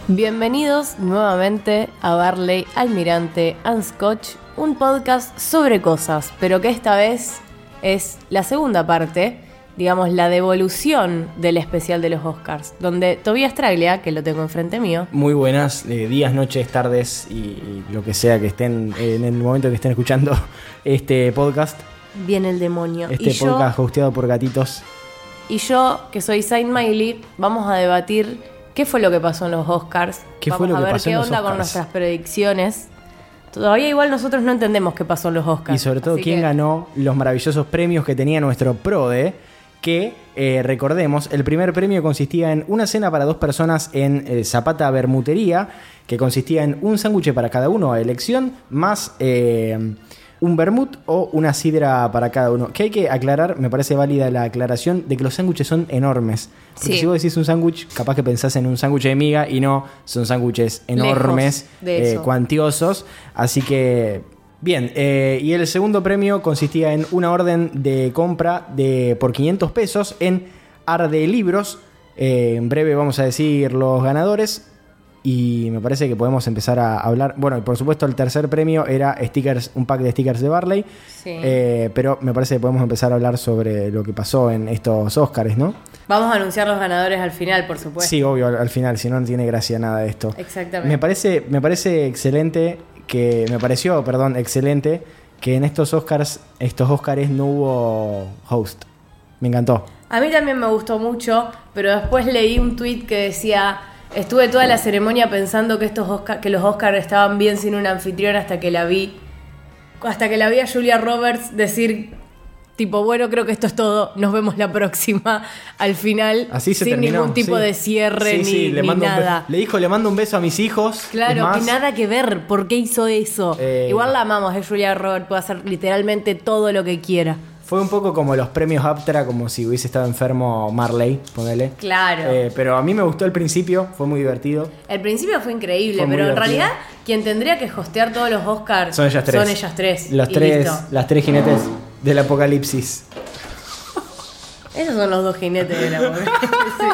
Bienvenidos nuevamente a Barley, Almirante and Scotch, un podcast sobre cosas, pero que esta vez es la segunda parte, digamos la devolución del especial de los Oscars, donde Tobías Traglia, que lo tengo enfrente mío. Muy buenas días, noches, tardes y lo que sea que estén en el momento que estén escuchando este podcast. Viene el demonio. Este podcast hosteado por gatitos. Y yo, que soy Saint Miley, vamos a debatir qué fue lo que pasó en los Oscars. Vamos a ver qué onda con nuestras predicciones. Todavía igual nosotros no entendemos qué pasó en los Oscars. Y sobre todo quién ganó los maravillosos premios que tenía nuestro PRODE, que recordemos, el primer premio consistía en una cena para 2 personas en Zapata Bermutería, que consistía en un sándwich para cada uno a elección, más un vermut o una sidra para cada uno. Que hay que aclarar, me parece válida la aclaración de que los sándwiches son enormes. Porque si vos decís un sándwich, capaz que pensás en un sándwich de miga y no, son sándwiches enormes, cuantiosos. Así que, bien. Y el segundo premio consistía en una orden de compra por 500 pesos en Arde Libros. En breve vamos a decir los ganadores. Y me parece que podemos empezar a hablar. Bueno, y por supuesto el tercer premio era stickers, un pack de stickers de Barley. Sí. Pero me parece que podemos empezar a hablar sobre lo que pasó en estos Oscars, ¿no? Vamos a anunciar los ganadores al final, por supuesto. Sí, obvio, al final, si no, no tiene gracia nada de esto. Exactamente. Me pareció excelente que en estos Oscars no hubo host. Me encantó. A mí también me gustó mucho, pero después leí un tweet que decía: estuve toda la ceremonia pensando que los Oscars estaban bien sin un anfitrión hasta que la vi a Julia Roberts decir, tipo, bueno, creo que esto es todo, nos vemos la próxima, al final, así se sin terminó, ningún tipo de cierre ni nada. Le dijo, le mando un beso a mis hijos. Claro, que nada que ver, ¿por qué hizo eso? Igual la amamos, es Julia Roberts, puede hacer literalmente todo lo que quiera. Fue un poco como los premios Aptra, como si hubiese estado enfermo Marley, ponele. Claro. Pero a mí me gustó el principio, fue muy divertido. El principio fue increíble, pero en realidad quien tendría que hostear todos los Oscars son ellas tres. Las tres jinetes del apocalipsis. Esos son los 2 jinetes del apocalipsis.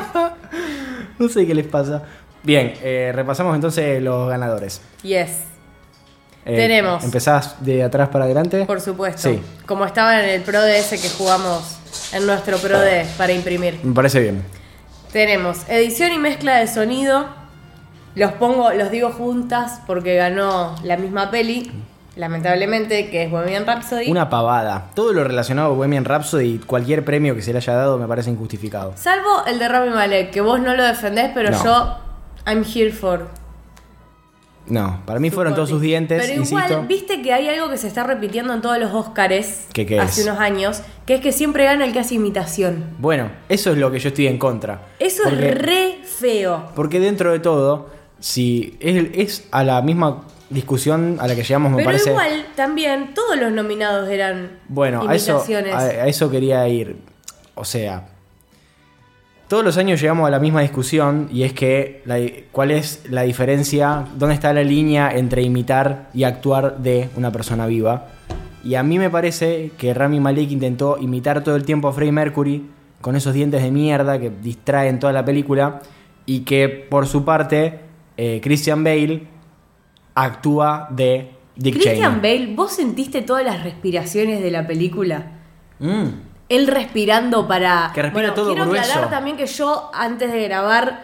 No sé qué les pasa. Bien, repasamos entonces los ganadores. Yes. Tenemos. ¿Empezás de atrás para adelante? Por supuesto. Sí. Como estaba en el PRODE ese que jugamos en nuestro PRODE para imprimir. Me parece bien. Tenemos edición y mezcla de sonido. Los digo juntas porque ganó la misma peli, lamentablemente, que es Bohemian Rhapsody. Una pavada. Todo lo relacionado a Bohemian Rhapsody, cualquier premio que se le haya dado, me parece injustificado. Salvo el de Rami Malek, que vos no lo defendés, pero no. Yo, I'm here for. No, para mí fueron todos sus dientes. Pero igual, insisto. Viste que hay algo que se está repitiendo en todos los Oscars ¿Qué hace unos años, que es que siempre gana el que hace imitación. Bueno, eso es lo que yo estoy en contra. Eso es re feo. Porque dentro de todo, si es a la misma discusión a la que llegamos, me parece. Pero igual, también, todos los nominados eran imitaciones. A eso quería ir. O sea, todos los años llegamos a la misma discusión, y es que ¿cuál es la diferencia? ¿Dónde está la línea entre imitar y actuar de una persona viva? Y a mí me parece que Rami Malek intentó imitar todo el tiempo a Freddie Mercury con esos dientes de mierda que distraen toda la película, y que por su parte Christian Bale actúa de Dick Cheney. Christian Bale, ¿vos sentiste todas las respiraciones de la película? Él respirando para... Que respira todo quiero grueso. Aclarar también que yo, antes de grabar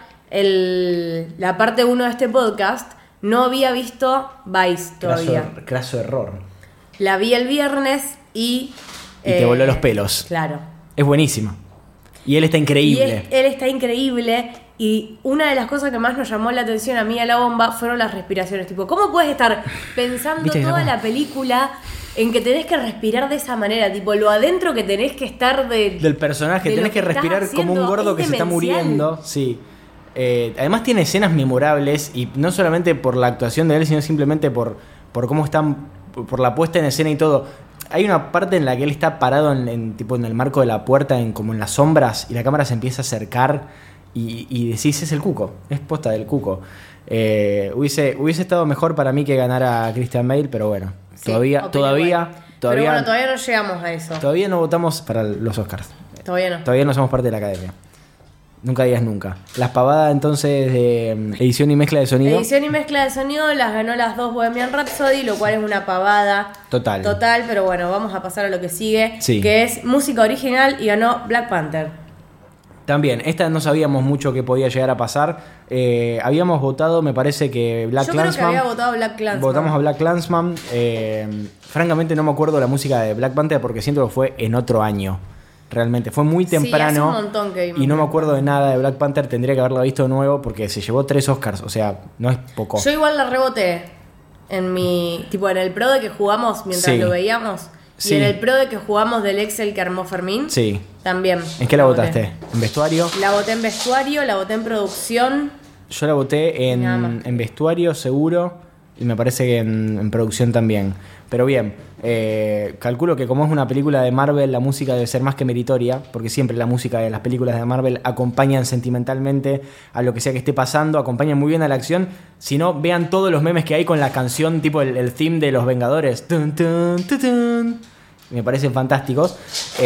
la parte 1 de este podcast, no había visto Vice todavía. Craso error. La vi el viernes y te voló los pelos. Claro. Es buenísima. Y él está increíble. Él está increíble. Y una de las cosas que más nos llamó la atención a mí a la bomba fueron las respiraciones. Tipo, ¿cómo puedes estar pensando toda la película en que tenés que respirar de esa manera? Tipo, lo adentro que tenés que estar del personaje. Tenés que respirar como un gordo que se está muriendo. Sí. Además tiene escenas memorables, y no solamente por la actuación de él, sino simplemente por cómo están, por la puesta en escena y todo. Hay una parte en la que él está parado en el marco de la puerta, como en las sombras, y la cámara se empieza a acercar. Y decís, es el Cuco, es posta del Cuco. Hubiese estado mejor para mí que ganara Christian Bale, pero bueno, sí, todavía pero bueno, todavía no llegamos a eso. Todavía no votamos para los Oscars. Todavía no. Todavía no somos parte de la academia. Nunca digas nunca. Las pavadas entonces de edición y mezcla de sonido. Edición y mezcla de sonido las ganó las dos Bohemian Rhapsody, lo cual es una pavada. Total, pero bueno, vamos a pasar a lo que sigue, sí. Que es música original y ganó Black Panther. También, esta no sabíamos mucho qué podía llegar a pasar. Habíamos votado, me parece que Black Klansman. Yo creo que había votado Black Klansman. Votamos a Black Klansman. Francamente no me acuerdo la música de Black Panther porque siento que fue en otro año. Realmente, fue muy temprano. Sí, hace un montón que vimos. Y no me acuerdo de nada de Black Panther, tendría que haberla visto de nuevo porque se llevó 3 Oscars, o sea, no es poco. Yo igual la reboté en en el pro de que jugamos mientras lo veíamos. Sí. Y en el pro de que jugamos del Excel que armó Fermín. Sí. También. ¿En qué la votaste? ¿En vestuario? La voté en vestuario, la voté en producción. Yo la voté en vestuario, seguro. Y me parece que en producción también. Pero bien, calculo que como es una película de Marvel, la música debe ser más que meritoria, porque siempre la música de las películas de Marvel acompañan sentimentalmente a lo que sea que esté pasando, acompañan muy bien a la acción. Si no, vean todos los memes que hay con la canción, tipo el theme de Los Vengadores. Tun, tun, tun, tun. Me parecen fantásticos.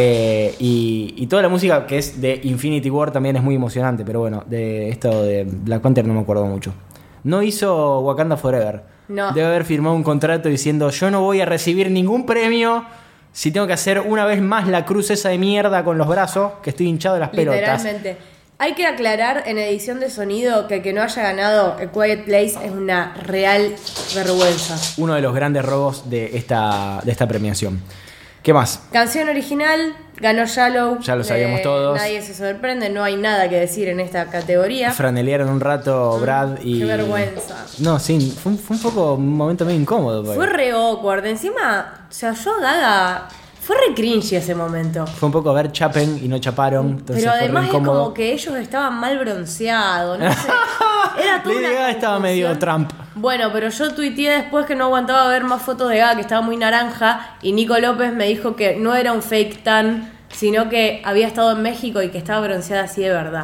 Y toda la música que es de Infinity War también es muy emocionante, pero bueno, de esto de Black Panther no me acuerdo mucho. No hizo Wakanda Forever. No. Debe haber firmado un contrato diciendo: yo no voy a recibir ningún premio si tengo que hacer una vez más la cruz esa de mierda con los brazos, que estoy hinchado de las pelotas. Literalmente. Hay que aclarar en edición de sonido que el que no haya ganado A Quiet Place es una real vergüenza. Uno de los grandes robos de esta premiación. ¿Qué más? Canción original, ganó Shallow. Ya lo sabíamos todos. Nadie se sorprende, no hay nada que decir en esta categoría. Franelearon un rato Brad y... Qué vergüenza. No, sí, fue un momento medio incómodo. Fue re awkward. Encima, o sea, yo Gaga... Fue re cringy ese momento. Fue un poco a ver chapen y no chaparon. Entonces pero fue además re es incómodo. como que ellos estaban mal bronceados, no sé. Era toda Lady una Gaga estaba confusión. medio Trump. Bueno, pero yo tuiteé después que no aguantaba ver más fotos de Gaga, que estaba muy naranja, y Nico López me dijo que no era un fake tan, sino que había estado en México y que estaba bronceada así de verdad.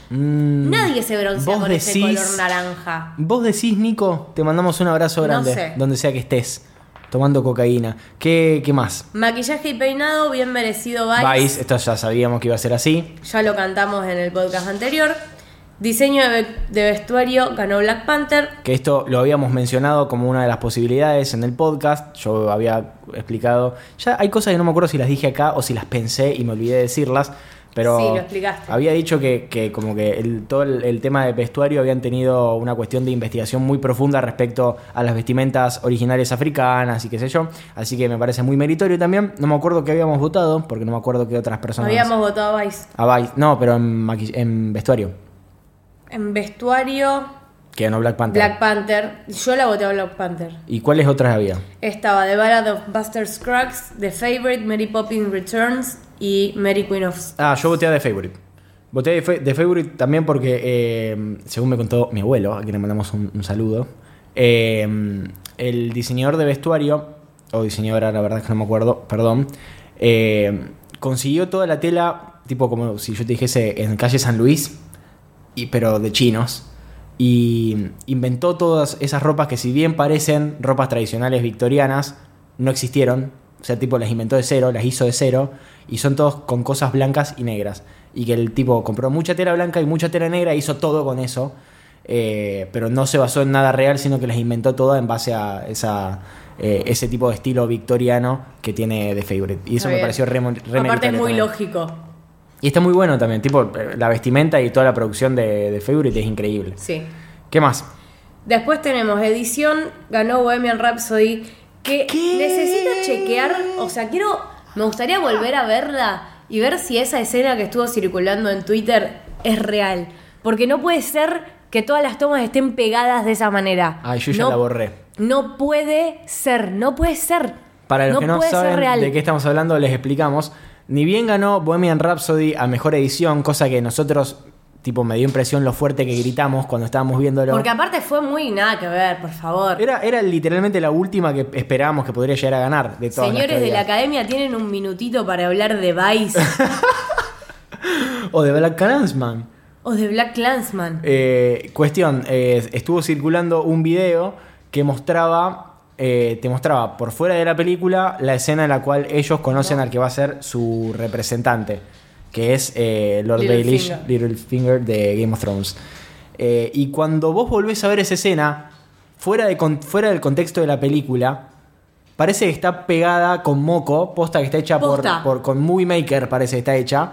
Nadie se broncea con ese color naranja. Vos decís, Nico, te mandamos un abrazo grande, No sé. donde sea que estés, tomando cocaína. ¿Qué más? Maquillaje y peinado, bien merecido Vice, esto ya sabíamos que iba a ser así. Ya lo cantamos en el podcast anterior. Diseño de vestuario, ganó Black Panther. Que esto lo habíamos mencionado como una de las posibilidades en el podcast. Yo había explicado. Ya hay cosas que no me acuerdo si las dije acá o si las pensé y me olvidé de decirlas. Pero sí, lo explicaste. Había dicho que como que todo el tema de vestuario habían tenido una cuestión de investigación muy profunda respecto a las vestimentas originales africanas y qué sé yo. Así que me parece muy meritorio también. No me acuerdo qué habíamos votado, porque no me acuerdo qué otras personas... Habíamos votado a Vice. A Vice, no, pero en vestuario. En vestuario... Que ganó Black Panther. Black Panther. Yo la voté a Black Panther. ¿Y cuáles otras había? Estaba The Ballad of Buster Scruggs, The Favourite, Mary Poppins Returns y Mary Queen of... Yo voté a The Favourite. Voté a The Favourite también porque, según me contó mi abuelo, a quien le mandamos un saludo, el diseñador de vestuario, o diseñadora, la verdad es que no me acuerdo, perdón, consiguió toda la tela, tipo como si yo te dijese en calle San Luis, pero de chinos. Y inventó todas esas ropas que, si bien parecen ropas tradicionales victorianas, no existieron. O sea, tipo las inventó de cero, las hizo de cero, y son todos con cosas blancas y negras. Y que el tipo compró mucha tela blanca y mucha tela negra e hizo todo con eso. Pero no se basó en nada real, sino que las inventó todas en base a ese tipo de estilo victoriano que tiene The Favourite. Y eso me pareció re Aparte es meritorio muy también. lógico. Y está muy bueno también, tipo la vestimenta y toda la producción de Favourite es increíble. Sí. ¿Qué más? Después tenemos edición, ganó Bohemian Rhapsody, que necesito chequear, o sea, me gustaría volver a verla y ver si esa escena que estuvo circulando en Twitter es real. Porque no puede ser que todas las tomas estén pegadas de esa manera. Ay, yo ya la borré. No puede ser. Para los que no saben real. de qué estamos hablando, les explicamos. Ni bien ganó Bohemian Rhapsody a mejor edición, cosa que nosotros, tipo, me dio impresión lo fuerte que gritamos cuando estábamos viéndolo. Porque aparte fue muy nada que ver, por favor. Era literalmente la última que esperábamos que podría llegar a ganar de todas. Señores de la academia, tienen un minutito para hablar de Vice. O de Black Klansman. O de Black Klansman. Cuestión, estuvo circulando un video que te mostraba por fuera de la película la escena en la cual ellos conocen al que va a ser su representante. que es Lord Baelish, Littlefinger de Game of Thrones. Y cuando vos volvés a ver esa escena, fuera del contexto de la película, parece que está pegada con moco, posta que está hecha con Movie Maker, parece que está hecha.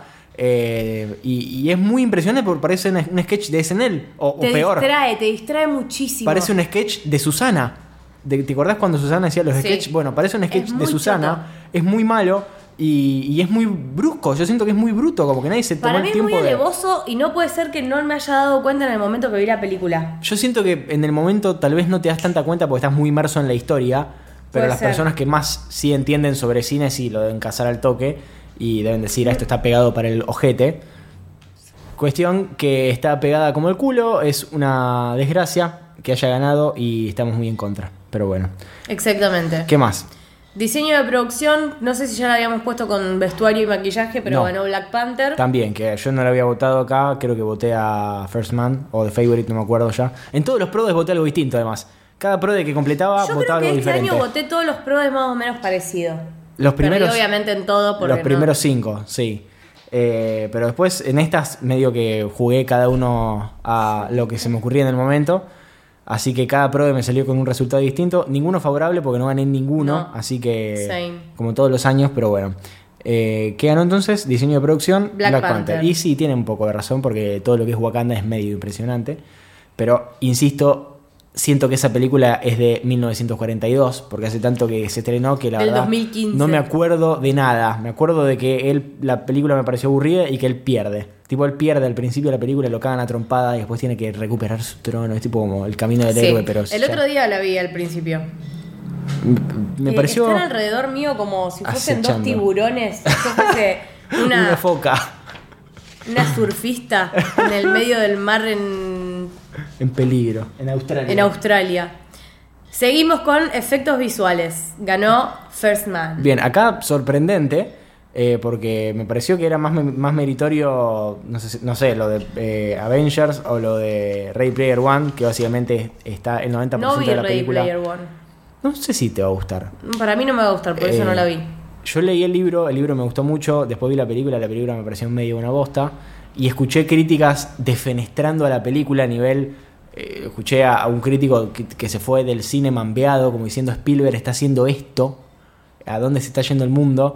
Y es muy impresionante porque parece un sketch de SNL o peor. Te distrae muchísimo. Parece un sketch de Susana. ¿Te acordás cuando Susana hacía los sketches? Bueno, parece un sketch de Susana. Choto. Es muy malo y es muy brusco. Yo siento que es muy bruto, como que nadie se tomó el tiempo de... Para mí es muy alevoso y no puede ser que no me haya dado cuenta en el momento que vi la película. Yo siento que en el momento tal vez no te das tanta cuenta porque estás muy inmerso en la historia, pero las personas que más sí entienden sobre cine sí lo deben cazar al toque y deben decir, esto está pegado para el ojete. Cuestión que está pegada como el culo, es una desgracia que haya ganado y estamos muy en contra. Pero bueno. Exactamente. ¿Qué más? Diseño de producción, no sé si ya lo habíamos puesto con vestuario y maquillaje, pero ganó Black Panther. También, que yo no lo había votado acá, creo que voté a First Man o The Favorite, no me acuerdo ya. En todos los prodes voté algo distinto además. Cada prode que completaba votaba algo diferente. Yo creo que este año voté todos los prodes más o menos parecidos. Los primeros, pero obviamente en todo. Los primeros 5, sí. Pero después en estas medio que jugué cada uno a lo que se me ocurría en el momento. Así que cada prode me salió con un resultado distinto. Ninguno favorable porque no gané ninguno. Así que como todos los años, pero bueno. ¿Qué ganó entonces? Diseño de producción, Black Panther. Y sí, tiene un poco de razón porque todo lo que es Wakanda es medio impresionante. Pero, insisto, siento que esa película es de 1942, porque hace tanto que se estrenó que la verdad 2015. No me acuerdo de nada. Me acuerdo de que la película me pareció aburrida y que él pierde. Tipo, él pierde al principio de la película, lo cagan a trompada y después tiene que recuperar su trono. Es tipo como el camino del héroe, pero... El otro día la vi al principio. Me pareció... Están alrededor mío como si fuesen dos tiburones. Yo fuese una foca. Una surfista en el medio del mar en peligro, en Australia. Seguimos con efectos visuales. Ganó First Man. Bien, acá sorprendente, porque me pareció que era más meritorio, no sé, lo de Avengers o lo de Ready Player One, que básicamente está el 90% no vi de la Ready película. Player One. No sé si te va a gustar. Para mí no me va a gustar, por eso no la vi. Yo leí el libro me gustó mucho, después vi la película me pareció medio una bosta, y escuché críticas defenestrando a la película a nivel... escuché a un crítico que se fue del cine mambeado, como diciendo Spielberg está haciendo esto, ¿a dónde se está yendo el mundo?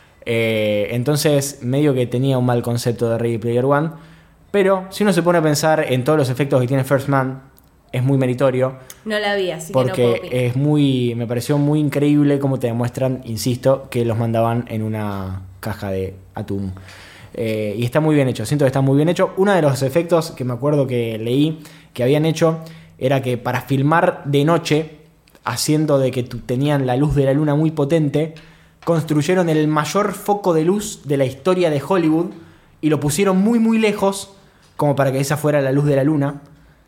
Entonces medio que tenía un mal concepto de Ready Player One, pero si uno se pone a pensar en todos los efectos que tiene First Man, es muy meritorio. No la vi, así porque que no puedo opinar. Me pareció muy increíble cómo te demuestran, insisto, que los mandaban en una caja de atún. Y está muy bien hecho, siento que está muy bien hecho. Uno de los efectos que me acuerdo que leí que habían hecho era que para filmar de noche, haciendo de que tenían la luz de la luna muy potente, construyeron el mayor foco de luz de la historia de Hollywood y lo pusieron muy muy lejos, como para que esa fuera la luz de la luna.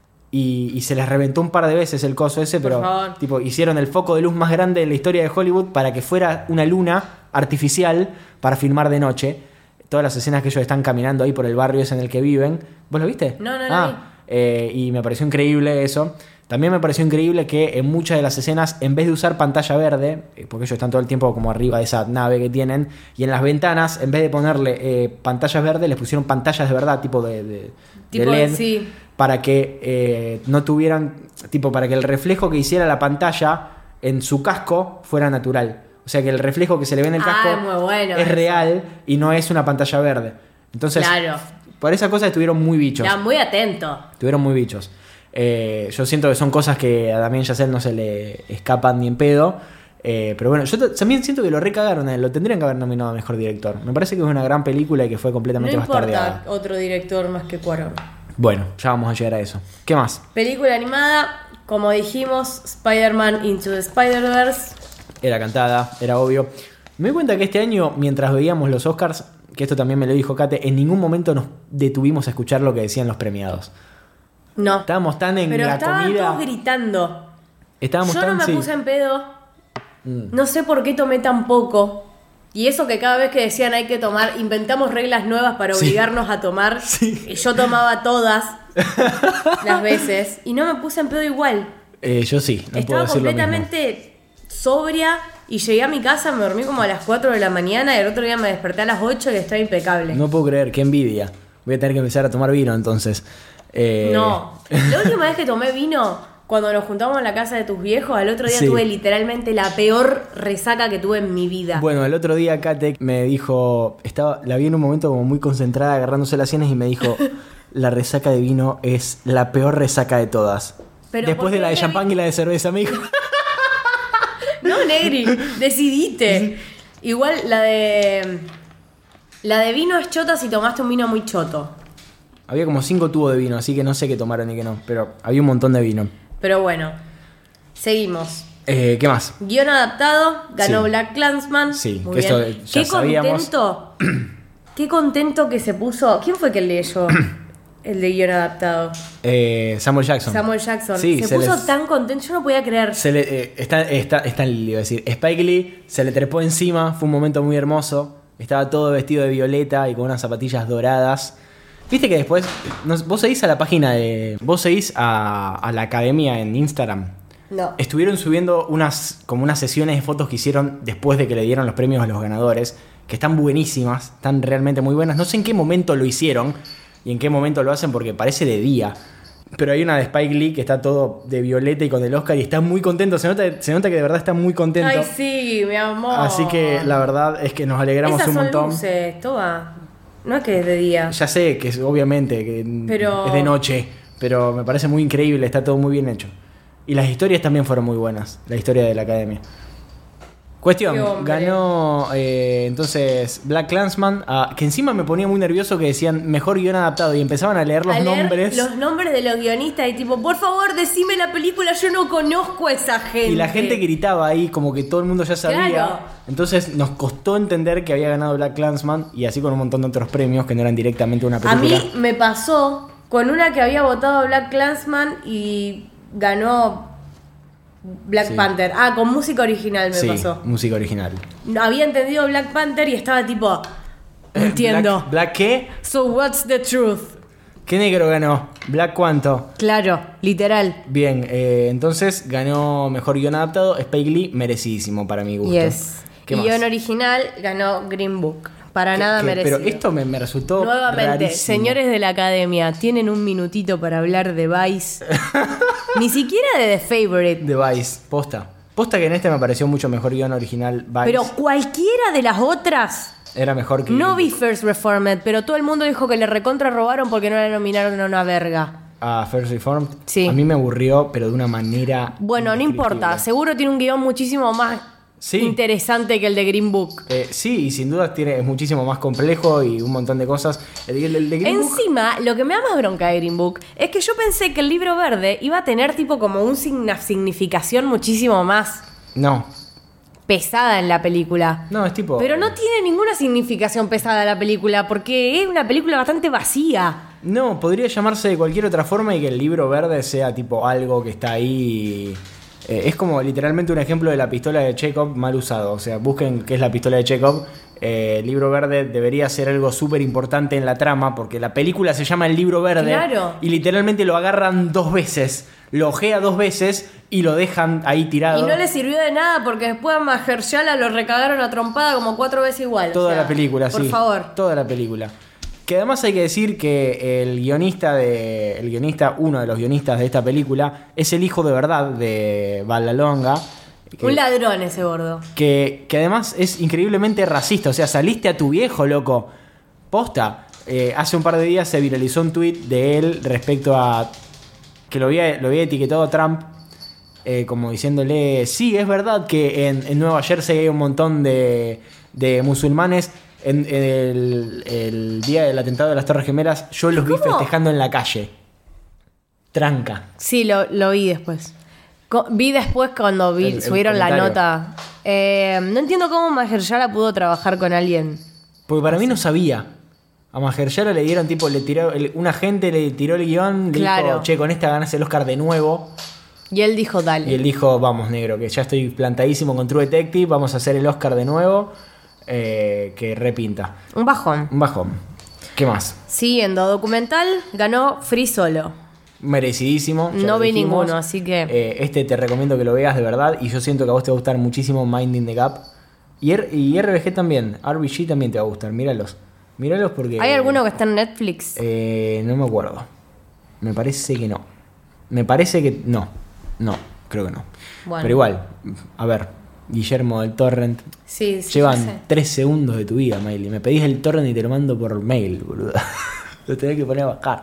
Y se les reventó un par de veces el coso ese, pero tipo, hicieron el foco de luz más grande de la historia de Hollywood para que fuera una luna artificial para filmar de noche. Todas las escenas que ellos están caminando ahí por el barrio ese en el que viven. ¿Vos lo viste? No la vi. Y me pareció increíble eso. También me pareció increíble que en muchas de las escenas, en vez de usar pantalla verde, porque ellos están todo el tiempo como arriba de esa nave que tienen, y en las ventanas, en vez de ponerle pantallas verdes, les pusieron pantallas de verdad, tipo de LED, sí. Para que no tuvieran, tipo, para que el reflejo que hiciera la pantalla en su casco fuera natural. O sea, que el reflejo que se le ve en el casco es real y no es una pantalla verde. Entonces, por esa cosa estuvieron muy bichos. Ya, muy atento. Estuvieron muy bichos. Yo siento que son cosas que a Damien Chazelle no se le escapan ni en pedo. Pero bueno, yo también siento que lo recagaron a él. Lo tendrían que haber nominado a Mejor Director. Me parece que es una gran película y que fue completamente bastardeada. No importa otro director más que Cuarón. Bueno, ya vamos a llegar a eso. ¿Qué más? Película animada, como dijimos, Spider-Man Into the Spider-Verse. Era cantada, era obvio. Me di cuenta que este año, mientras veíamos los Oscars, que esto también me lo dijo Kate, en ningún momento nos detuvimos a escuchar lo que decían los premiados. No. Estábamos tan en la comida. Pero estaban todos gritando. Yo no me puse en pedo. No sé por qué tomé tan poco. Y eso que cada vez que decían hay que tomar, inventamos reglas nuevas para obligarnos a tomar. Sí. Y yo tomaba todas las veces. Y no me puse en pedo igual. Yo sí, no Estaba puedo decir lo mismo. completamente sobria y llegué a mi casa, me dormí como a las 4 de la mañana y el otro día me desperté a las 8 y estaba impecable. No puedo creer, qué envidia. Voy a tener que empezar a tomar vino entonces. No, la última vez que tomé vino, cuando nos juntamos en la casa de tus viejos, al otro día Sí. tuve literalmente la peor resaca que tuve en mi vida. Bueno, el otro día Kate me dijo, la vi en un momento como muy concentrada agarrándose las sienes y me dijo, la resaca de vino es la peor resaca de todas. Pero Después de porque la de ella champán y la de cerveza, me dijo. No, Negri, decidiste. Igual la de vino es chota si tomaste un vino muy choto. Había como 5 tubos de vino, así que no sé qué tomaron y qué no, pero había un montón de vino. Pero bueno, seguimos. ¿Qué más? Guión adaptado, ganó Sí. BlacKkKlansman. Sí, muy que bien. esto ya Qué sabíamos. contento. Qué contento que se puso. ¿Quién fue que leyó el de guión adaptado? Samuel Jackson. Samuel Jackson. Sí, se puso tan contento, yo no podía creer. Está Lee, iba a decir. Spike Lee se le trepó encima, fue un momento muy hermoso. Estaba todo vestido de violeta y con unas zapatillas doradas. Viste que después, vos seguís a la página de... Vos seguís a la academia en Instagram. No. Estuvieron subiendo unas sesiones de fotos que hicieron después de que le dieron los premios a los ganadores, que están buenísimas, están realmente muy buenas. No sé en qué momento lo hicieron y en qué momento lo hacen porque parece de día. Pero hay una de Spike Lee que está todo de violeta y con el Oscar y está muy contento. Se nota que de verdad está muy contento. Ay, sí, mi amor. Así que la verdad es que nos alegramos Esas un son montón. luces, toma. No es que es de día. Ya sé que obviamente que Pero... es de noche, pero me parece muy increíble, está todo muy bien hecho. Y las historias también fueron muy buenas, la historia de la academia. Qué Cuestión, hombre. ganó entonces BlacKkKlansman, que encima me ponía muy nervioso que decían mejor guión adaptado y empezaban a leer los A leer nombres. los nombres de los guionistas y tipo, por favor, decime la película, yo no conozco a esa gente. Y la gente gritaba ahí como que todo el mundo ya sabía. Claro. Entonces nos costó entender que había ganado BlacKkKlansman y así con un montón de otros premios que no eran directamente una A película. mí me pasó con una que había votado BlacKkKlansman y ganó Black Sí. Panther. Ah, con música original me Sí, pasó. música original. Había entendido Black Panther y estaba tipo, no entiendo. ¿Black qué? So what's the truth? ¿Qué negro ganó? ¿Black cuánto? Claro, literal. Bien, entonces ganó mejor guión adaptado. Spike Lee, merecidísimo para mi gusto. Yes. ¿Qué Y más? guión original ganó Green Book. Para nada merecido. Pero esto me resultó Nuevamente, rarísimo. señores de la academia, tienen un minutito para hablar de Vice. Ni siquiera de The Favorite. De Vice, posta. Posta que en este me pareció mucho mejor guión original. Vice Pero cualquiera de las otras. era mejor que... No vi First Reformed, pero todo el mundo dijo que le recontra robaron porque no le nominaron a una verga. a First Reformed. Sí. A mí me aburrió, pero de una manera... Bueno, no importa. indescriptible. Seguro tiene un guión muchísimo más Sí. interesante que el de Green Book. Sí, y sin duda es muchísimo más complejo y un montón de cosas. El de Green Book... Encima, lo que me da más bronca de Green Book es que yo pensé que el libro verde iba a tener tipo como una significación muchísimo más No, pesada en la película. no, es tipo... Pero no tiene ninguna significación pesada la película porque es una película bastante vacía. No, podría llamarse de cualquier otra forma y que el libro verde sea tipo algo que está ahí. Es como literalmente un ejemplo de la pistola de Chekhov mal usado. O sea, busquen qué es la pistola de Chekhov. El libro verde debería ser algo súper importante en la trama porque la película se llama El libro verde. Claro. Y literalmente lo agarran 2 veces, lo ojea 2 veces y lo dejan ahí tirado. Y no le sirvió de nada porque después a Mahershala lo recagaron a trompada como 4 veces igual. Toda O sea, la película, por sí. favor. Toda la película. Que además hay que decir que uno de los guionistas de esta película, es el hijo de verdad de Vallalonga. Un ladrón ese gordo. Que además es increíblemente racista. O sea, saliste a tu viejo, loco. Posta. Hace un par de días se viralizó un tuit de él respecto a que lo había etiquetado a Trump. Como diciéndole, sí, es verdad que en Nueva Jersey hay un montón de musulmanes. En el día del atentado de las Torres Gemelas, yo los vi ¿Cómo? festejando en la calle. Tranca. Sí, lo vi después. Vi después cuando El subieron la comentario. nota. No entiendo cómo Mahershala pudo trabajar con alguien. Porque para mí no sabía. A Mahershala le dieron tipo, un agente le tiró el guión, le Claro. dijo, che, con esta ganás el Oscar de nuevo. Y él dijo, dale. Y él dijo, vamos, negro, que ya estoy plantadísimo con True Detective, vamos a hacer el Oscar de nuevo. Que repinta. Un bajón. Un bajón. ¿Qué más? Siguiendo, documental, ganó Free Solo. merecidísimo. Ya No lo vi dijimos. ninguno, así que... Este te recomiendo que lo veas de verdad. Y yo siento que a vos te va a gustar muchísimo Minding the Gap. Y RBG también. RBG también te va a gustar. Míralos. Míralos porque... ¿Hay alguno que está en Netflix? No me acuerdo. Me parece que no. Me parece que no. No, creo que no. Bueno. Pero igual, a ver, Guillermo del Torrent. Sí, sí. Llevan ya sé. 3 segundos de tu vida, Miley. Me pedís el torrent y te lo mando por mail, boludo. Lo tenés que poner a bajar.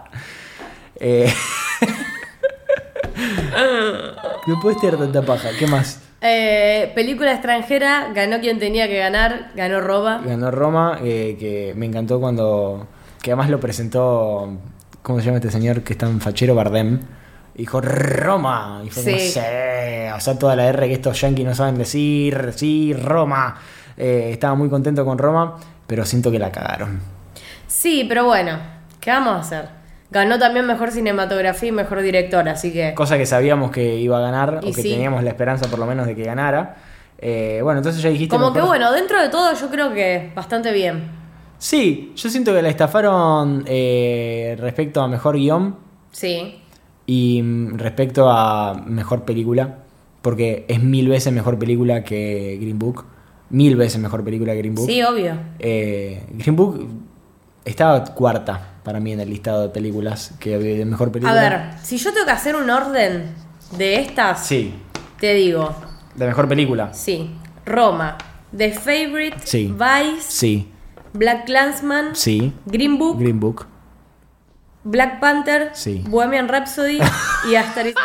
No puedes tener tanta paja. ¿Qué más? Película extranjera, ganó quien tenía que ganar, ganó Roma. Ganó Roma, que me encantó cuando... Que además lo presentó... ¿Cómo se llama este señor que es tan fachero? Bardem. Y dijo Roma. Y fue como, Sí. sí. O sea, toda la R que estos yankees no saben decir. Sí, Roma. Estaba muy contento con Roma, pero siento que la cagaron. Sí, pero bueno, ¿qué vamos a hacer? Ganó también mejor cinematografía y mejor director, así que... Cosa que sabíamos que iba a ganar, Y o que sí. teníamos la esperanza por lo menos de que ganara. Bueno, entonces ya dijiste... Como que mejor- bueno, dentro de todo yo creo que bastante bien. Sí, yo siento que la estafaron respecto a mejor guión Sí. y respecto a mejor película, porque es 1000 veces mejor película que Green Book. 1000 veces mejor película que Green Book. Sí, obvio. Green Book estaba cuarta para mí en el listado de películas que de mejor A película. ver, si yo tengo que hacer un orden de estas, Sí, te digo, de mejor película. sí, Roma, The Favourite, Sí. Vice, Sí, Black Klansman, sí. Green Book, Green Book. Black Panther, Sí. Bohemian Rhapsody y A Star is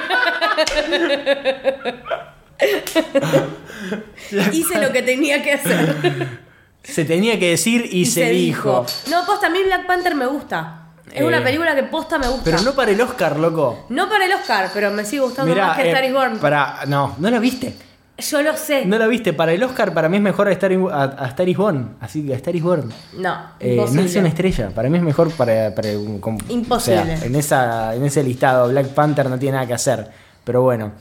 Born. Hice lo que tenía que hacer. Se tenía que decir y se dijo. No, posta, a mí Black Panther me gusta. Es una película que posta me gusta. Pero no para el Oscar, loco. No para el Oscar, pero me sigue gustando Mirá, más que A Star is Born. No la viste. Yo lo sé. No la viste. Para el Oscar, para mí es mejor a Star is Born. Así que a Star is Born. No, No imposible. es una estrella. Para mí es mejor para Imposible. O sea, en ese listado, Black Panther no tiene nada que hacer. Pero bueno.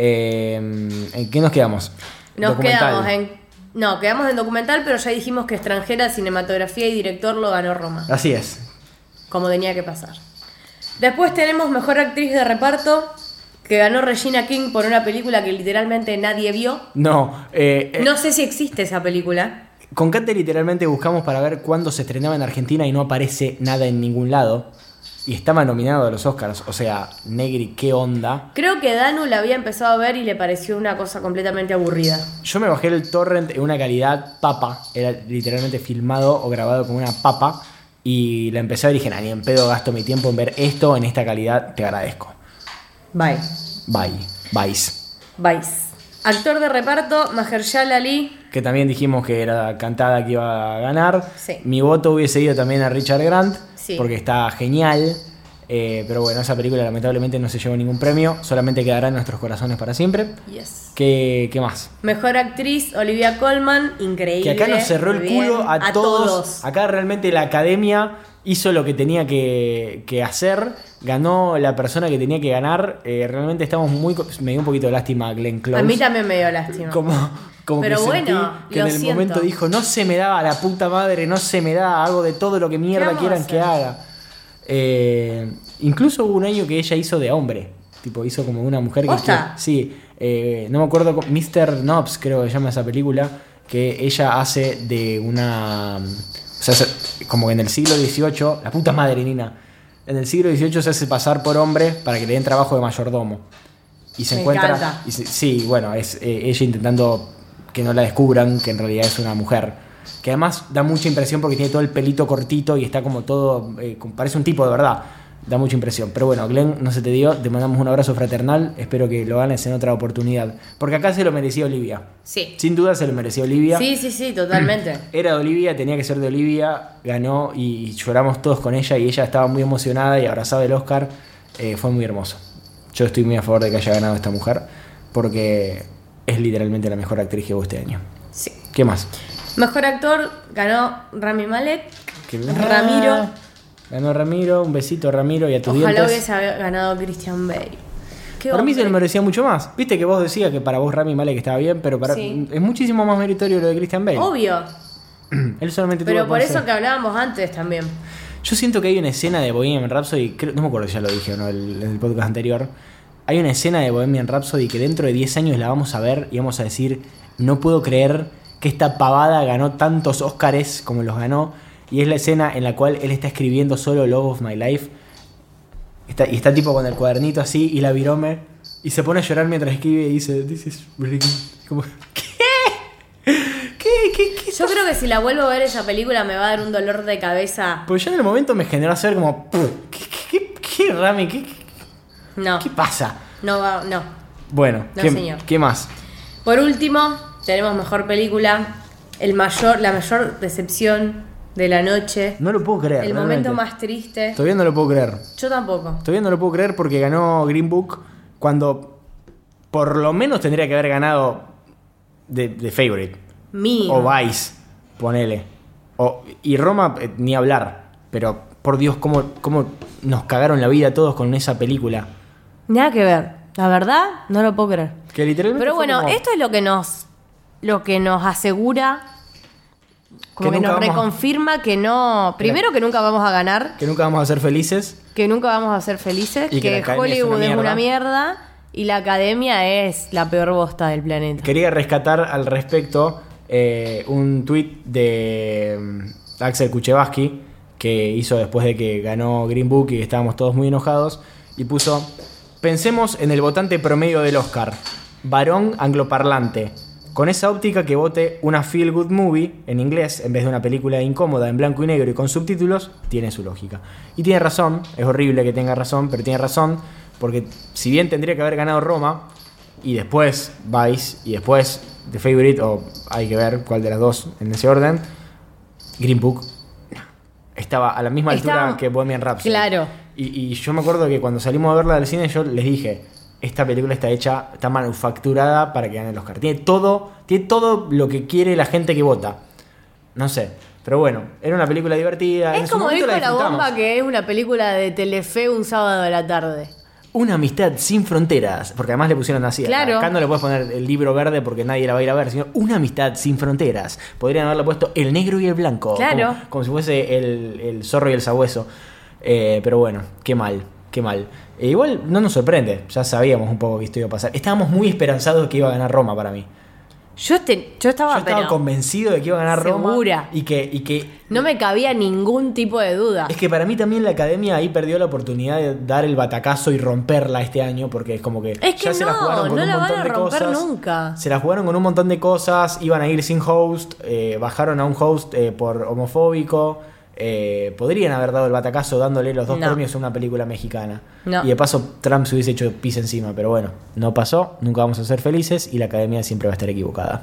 ¿En qué nos quedamos? Nos Documental. quedamos en documental, pero ya dijimos que extranjera, cinematografía y director lo ganó Roma. Así es. Como tenía que pasar. Después tenemos mejor actriz de reparto, que ganó Regina King por una película que literalmente nadie vio. No. No sé si existe esa película. Con Kate literalmente buscamos para ver cuándo se estrenaba en Argentina y no aparece nada en ningún lado. Y estaba nominado a los Oscars. O sea, Negri, ¿qué onda? Creo que Danu la había empezado a ver y le pareció una cosa completamente aburrida. Yo me bajé el torrent en una calidad papa. Era literalmente filmado o grabado con una papa. Y la empecé a ver y dije, nah, ni en pedo gasto mi tiempo en ver esto en esta calidad. Te agradezco. Bye. Bye. Vice. Vice. Actor de reparto, Mahershala Ali. Que también dijimos que era cantada que iba a ganar. Sí. Mi voto hubiese ido también a Richard Grant. Sí. Porque está genial. Pero bueno, esa película lamentablemente no se llevó ningún premio. Solamente quedará en nuestros corazones para siempre. Yes. ¿Qué más? Mejor actriz, Olivia Colman. Increíble. Que acá nos cerró el Muy bien. culo a todos. Acá realmente la academia hizo lo que tenía que hacer. Ganó la persona que tenía que ganar. Realmente estamos muy... Me dio un poquito de lástima a Glenn Close. A mí también me dio lástima. Como Pero que sentí bueno, que en lo el siento. momento dijo, no se me da a la puta madre, no se me da, hago de todo lo que mierda vamos quieran a que hacer? haga. Incluso hubo un año que ella hizo de hombre. Tipo, hizo como una mujer que... ¿Posta? Sí, no me acuerdo, Mr. Knobs creo que se llama esa película, que ella hace de una... O sea, como que en el siglo XVIII, la puta madre, Nina, en el siglo XVIII se hace pasar por hombre para que le den trabajo de mayordomo. Y se Me encuentra... encanta. Sí, bueno, es ella intentando que no la descubran, que en realidad es una mujer. Que además da mucha impresión porque tiene todo el pelito cortito y está como todo... parece un tipo de verdad. Da mucha impresión. Pero bueno, Glenn, no se te dio. Te mandamos un abrazo fraternal. Espero que lo ganes en otra oportunidad. Porque acá se lo merecía Olivia. Sí. Sin duda se lo merecía Olivia. Sí, totalmente. Era de Olivia, tenía que ser de Olivia. Ganó y lloramos todos con ella. Y ella estaba muy emocionada y abrazaba el Oscar. Fue muy hermoso. Yo estoy muy a favor de que haya ganado esta mujer. Porque es literalmente la mejor actriz que hubo este año. Sí. ¿Qué más? Mejor actor ganó Rami Malek. ¿Qué- Ramiro. Ganó Ramiro. Un besito, Ramiro, y a tus Ojalá dientes. hubiese ganado Christian Bale. Qué Para mí se lo hombre. merecía mucho más. Viste que vos decías que para vos Rami Malek estaba bien, pero para Sí. es muchísimo más meritorio lo de Christian Bale. Obvio. Él solamente tuvo Pero que por ponerse- eso que hablábamos antes también. Yo siento que hay una escena de Bohemian Rhapsody, no me acuerdo si ya lo dije o no en el podcast anterior. Hay una escena de Bohemian Rhapsody que dentro de 10 años la vamos a ver y vamos a decir, no puedo creer que esta pavada ganó tantos Óscares como los ganó. Y es la escena en la cual él está escribiendo solo Love of My Life. Y está tipo con el cuadernito así y la virome. Y se pone a llorar mientras escribe y dice, this is really good. Como, ¿qué? ¿Qué? Yo creo que si la vuelvo a ver esa película me va a dar un dolor de cabeza. Pues yo en el momento me generó hacer como, ¿qué Rami? No. ¿Qué pasa? No va, no. Bueno, No, señor. ¿Qué más? Por último, tenemos mejor película. La mayor decepción de la noche. No lo puedo creer. El realmente. momento más triste. Todavía no lo puedo creer. Yo tampoco. Todavía no lo puedo creer porque ganó Green Book cuando por lo menos tendría que haber ganado The Favorite. Mío. O Vice, ponele. Y Roma, ni hablar. Pero, por Dios, cómo nos cagaron la vida todos con esa película. Nada que ver. La verdad, no lo puedo creer. Que literalmente Pero bueno, como... esto es lo que nos asegura, como que nos reconfirma que no... Primero que nunca vamos a ganar. Que nunca vamos a ser felices. Que nunca vamos a ser felices. Y que Hollywood es una mierda. Y la academia es la peor bosta del planeta. Quería rescatar al respecto un tuit de Axel Kuchevaski que hizo después de que ganó Green Book y estábamos todos muy enojados. Y puso... Pensemos en el votante promedio del Oscar, varón angloparlante, con esa óptica que vote una feel good movie en inglés en vez de una película incómoda en blanco y negro y con subtítulos, tiene su lógica. Y tiene razón, es horrible que tenga razón, pero tiene razón, porque si bien tendría que haber ganado Roma, y después Vice, y después The Favorite, o hay que ver cuál de las dos en ese orden, Green Book estaba a la misma altura que Bohemian Rhapsody. Claro. Y yo me acuerdo que cuando salimos a verla del cine yo les dije, esta película está manufacturada para que gane el Oscar. Tiene todo lo que quiere la gente que vota. No sé, pero bueno, era una película divertida. Es como dijo la bomba que es una película de Telefe un sábado a la tarde. Una amistad sin fronteras, porque además le pusieron así. Claro. Acá no le puedes poner el libro verde porque nadie la va a ir a ver, sino una amistad sin fronteras. Podrían haberle puesto el negro y el blanco. Claro. Como si fuese el zorro y el sabueso. Pero bueno, qué mal. Igual no nos sorprende, ya sabíamos un poco que esto iba a pasar. Estábamos muy esperanzados de que iba a ganar Roma para mí. Yo estaba convencido de que iba a ganar Roma. Segura. Y que no me cabía ningún tipo de duda. Es que para mí también la academia ahí perdió la oportunidad de dar el batacazo y romperla este año, porque es como que ya se la jugaron con un montón de cosas. Nunca. Se la jugaron con un montón de cosas, iban a ir sin host, bajaron a un host por homofóbico. Podrían haber dado el batacazo dándole los dos premios a una película mexicana. No. Y de paso Trump se hubiese hecho pis encima, pero bueno, no pasó, nunca vamos a ser felices y la academia siempre va a estar equivocada.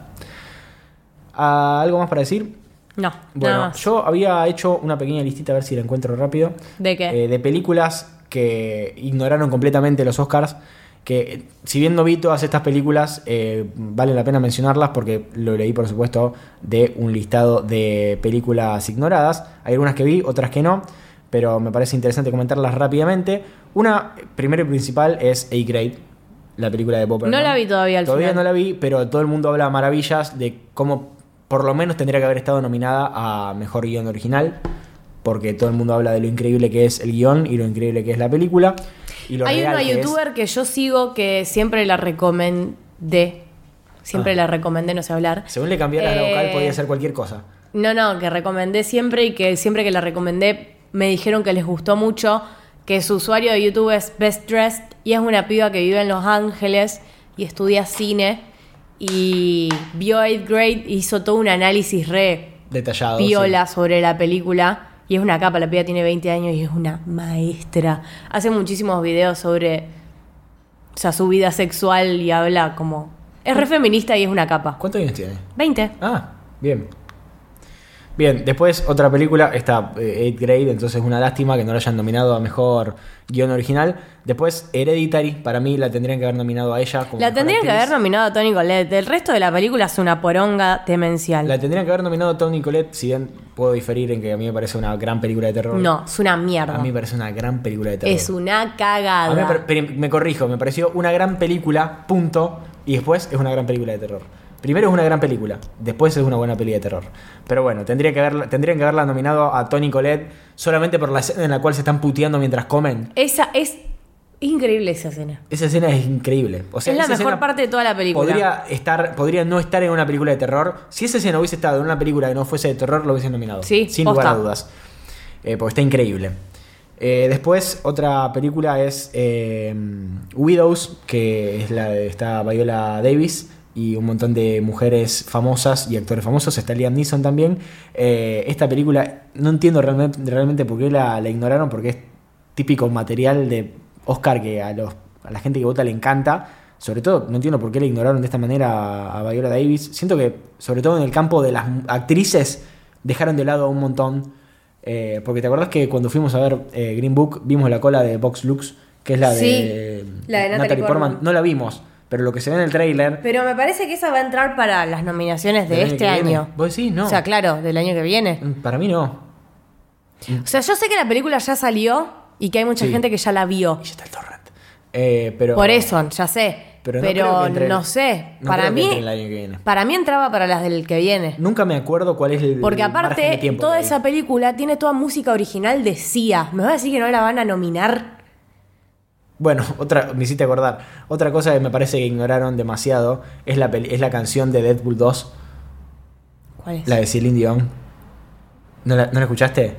¿Algo más para decir? No. Bueno, yo había hecho una pequeña listita, a ver si la encuentro rápido. ¿De qué? De películas que ignoraron completamente los Oscars. Que si bien no vi todas estas películas, vale la pena mencionarlas porque lo leí, por supuesto, de un listado de películas ignoradas. Hay algunas que vi, otras que no, pero me parece interesante comentarlas rápidamente. Una, primero y principal, es A-Grade, la película de Bob Burnham. No la vi todavía al Todavía final. no la vi, pero todo el mundo habla maravillas de cómo por lo menos tendría que haber estado nominada a Mejor Guión Original, porque todo el mundo habla de lo increíble que es el guión y lo increíble que es la película. Hay una youtuber que yo sigo que siempre la recomendé. La recomendé, no sé hablar. Según le cambiaras la vocal podía ser cualquier cosa. No, que recomendé siempre y que siempre que la recomendé me dijeron que les gustó mucho, que su usuario de YouTube es Best Dressed y es una piba que vive en Los Ángeles y estudia cine y vio 8th Grade y hizo todo un análisis detallado, piola sobre la película. Y es una capa, la piba tiene 20 años y es una maestra. Hace muchísimos videos sobre su vida sexual y habla como... Es re feminista y es una capa. ¿Cuántos años tiene? 20. Ah, bien. Bien, después otra película, está 8th Grade, entonces es una lástima que no la hayan nominado a Mejor Guión Original. Después Hereditary, para mí la tendrían que haber nominado a ella como la tendrían que haber nominado a Toni Collette. El resto de la película es una poronga demencial. La tendrían que haber nominado a Toni Collette, si bien puedo diferir en que a mí me parece una gran película de terror. No, es una mierda. A mí me parece una gran película de terror. Es una cagada. A mí me corrijo, me pareció una gran película, punto, y después es una gran película de terror. Primero es una gran película, después es una buena peli de terror. Pero bueno, tendrían que haberla nominado a Toni Collette solamente por la escena en la cual se están puteando mientras comen. Esa es increíble, esa escena. Esa escena es increíble. O sea, es la esa mejor escena parte de toda la película. Podría no estar en una película de terror. Si esa escena hubiese estado en una película que no fuese de terror, lo hubiesen nominado. Sí, sin lugar a dudas. Porque está increíble. Después, otra película es Widows, que es la de esta Viola Davis y un montón de mujeres famosas y actores famosos. Está Liam Neeson también. Esta película, no entiendo realmente por qué la ignoraron, porque es típico material de Oscar que a la gente que vota le encanta. Sobre todo, no entiendo por qué la ignoraron de esta manera a Viola Davis. Siento que, sobre todo en el campo de las actrices, dejaron de lado un montón. Porque te acordás que cuando fuimos a ver Green Book, vimos la cola de Vox Lux, que es la de Natalie Portman. No la vimos, pero lo que se ve en el tráiler... Pero me parece que esa va a entrar para las nominaciones de este año. ¿Vos decís? No. O sea, claro, del año que viene. Para mí no. O sea, yo sé que la película ya salió y que hay mucha gente que ya la vio. Y ya está el torrent. Pero, por eso, ya sé. Pero no sé. Para mí entraba para las del que viene. Nunca me acuerdo cuál es el porque aparte, toda esa película tiene toda música original de Sia. ¿Me vas a decir que no la van a nominar? Bueno, me hiciste acordar. Otra cosa que me parece que ignoraron demasiado es la canción de Deadpool 2. ¿Cuál es? La de Celine Dion. ¿No la escuchaste?